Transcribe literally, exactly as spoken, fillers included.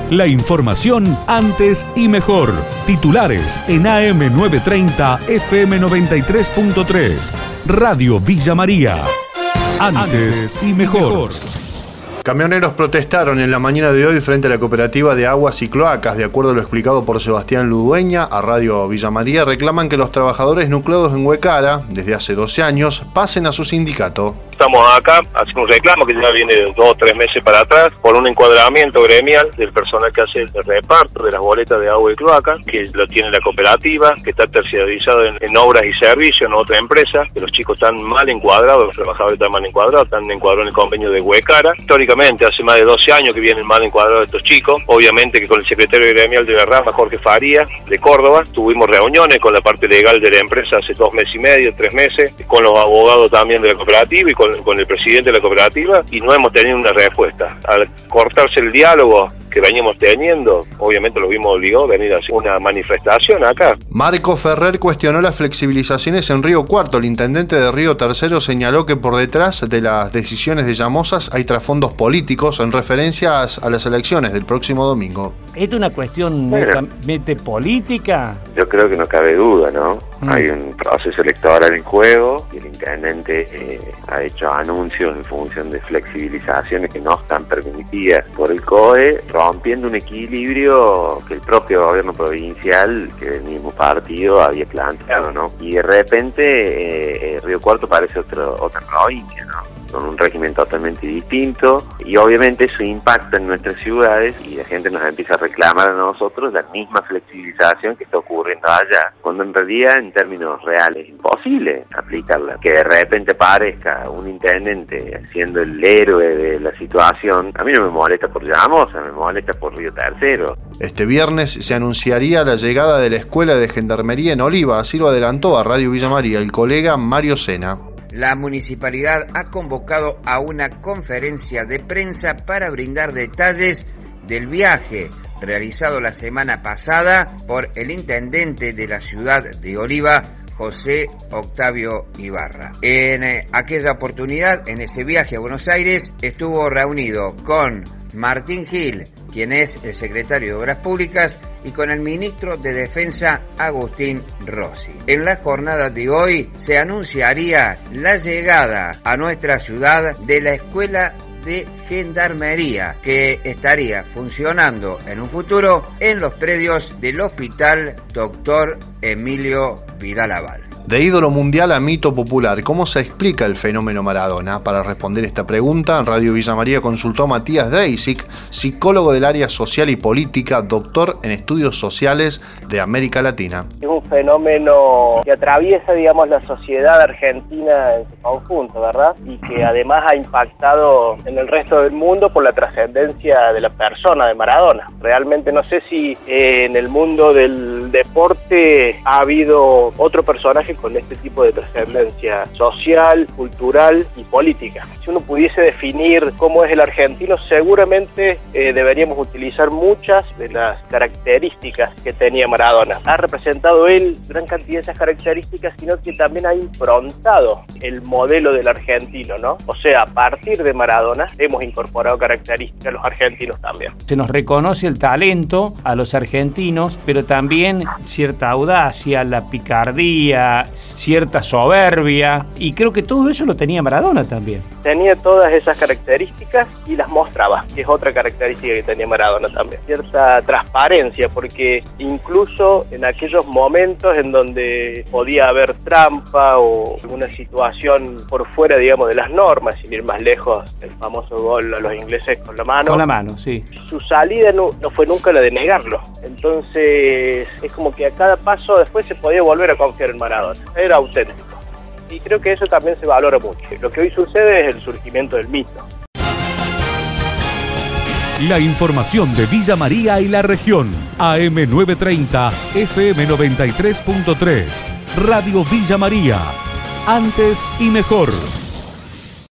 La información antes y mejor. Titulares en A M novecientos treinta, F M noventa y tres punto tres. Radio Villa María. Antes y mejor. Camioneros protestaron en la mañana de hoy frente a la cooperativa de aguas y cloacas. De acuerdo a lo explicado por Sebastián Ludueña a Radio Villa María, reclaman que los trabajadores nucleados en Huecara, desde hace doce años, pasen a su sindicato. Estamos acá haciendo un reclamo que ya viene de dos o tres meses para atrás por un encuadramiento gremial del personal que hace el reparto de las boletas de agua y cloaca, que lo tiene la cooperativa, que está terciarizado en, en obras y servicios en otra empresa, que los chicos están mal encuadrados, los trabajadores están mal encuadrados, están encuadrados en el convenio de Huecara. Históricamente, hace más de doce años que vienen mal encuadrados estos chicos. Obviamente que con el secretario gremial de la rama, Jorge Faría, de Córdoba, tuvimos reuniones con la parte legal de la empresa hace dos meses y medio, tres meses, con los abogados también de la cooperativa y con Con, con el presidente de la cooperativa, y no hemos tenido una respuesta. Al cortarse el diálogo que veníamos teniendo, obviamente lo vimos obligado a venir a hacer una manifestación acá. Marco Ferrer cuestionó las flexibilizaciones en Río Cuarto. El intendente de Río Tercero señaló que por detrás de las decisiones de Llamosas hay trasfondos políticos en referencias a las elecciones del próximo domingo. ¿Es una cuestión netamente política? Yo creo que no cabe duda, ¿no? Mm. Hay un proceso electoral en juego y el intendente eh, ha hecho anuncios en función de flexibilizaciones que no están permitidas por el C O E, rompiendo un equilibrio que el propio gobierno provincial, que del mismo partido, había planteado, ¿no? Y de repente eh, eh, Río Cuarto parece otro, otra provincia, ¿no? Con un régimen totalmente distinto, y obviamente eso impacta en nuestras ciudades y la gente nos empieza a reclamar a nosotros la misma flexibilización que está ocurriendo allá, cuando en realidad en términos reales es imposible aplicarla. Que de repente parezca un intendente siendo el héroe de la situación, a mí no me molesta por Llamosa, me molesta por Río Tercero. Este viernes se anunciaría la llegada de la Escuela de Gendarmería en Oliva, así lo adelantó a Radio Villa María el colega Mario Sena. La municipalidad ha convocado a una conferencia de prensa para brindar detalles del viaje realizado la semana pasada por el intendente de la ciudad de Oliva, José Octavio Ibarra. En eh, aquella oportunidad, en ese viaje a Buenos Aires, estuvo reunido con Martín Gil, quien es el secretario de Obras Públicas, y con el ministro de Defensa, Agustín Rossi. En la jornada de hoy se anunciaría la llegada a nuestra ciudad de la Escuela de Gendarmería, que estaría funcionando en un futuro en los predios del Hospital Doctor Emilio Vidal Aval. De ídolo mundial a mito popular, ¿cómo se explica el fenómeno Maradona? Para responder esta pregunta, en Radio Villa María consultó a Matías Dreisig, psicólogo del área social y política, doctor en estudios sociales de América Latina. Es un fenómeno que atraviesa, digamos, la sociedad argentina en su conjunto, ¿verdad? Y que además ha impactado en el resto del mundo por la trascendencia de la persona de Maradona. Realmente no sé si eh, en el mundo del deporte ha habido otro personaje con este tipo de trascendencia social, cultural y política. Si uno pudiese definir cómo es el argentino, seguramente eh, deberíamos utilizar muchas de las características que tenía Maradona. Ha representado él gran cantidad de esas características, sino que también ha improntado el modelo del argentino, ¿no? O sea, a partir de Maradona hemos incorporado características a los argentinos también. Se nos reconoce el talento a los argentinos, pero también cierta audacia, la picardía, cierta soberbia, y creo que todo eso lo tenía Maradona también. Tenía todas esas características y las mostraba, que es otra característica que tenía Maradona también. Cierta transparencia, porque incluso en aquellos momentos en donde podía haber trampa o alguna situación por fuera, digamos, de las normas, sin ir más lejos, el famoso gol a los ingleses con la mano. Con la mano, sí. Su salida no, no fue nunca la de negarlo. Entonces es como que a cada paso después se podía volver a confiar en Maradona. Era auténtico. Y creo que eso también se valora mucho. Lo que hoy sucede es el surgimiento del mito. La información de Villa María y la región. A M novecientos treinta, F M noventa y tres punto tres. Radio Villa María. Antes y mejor.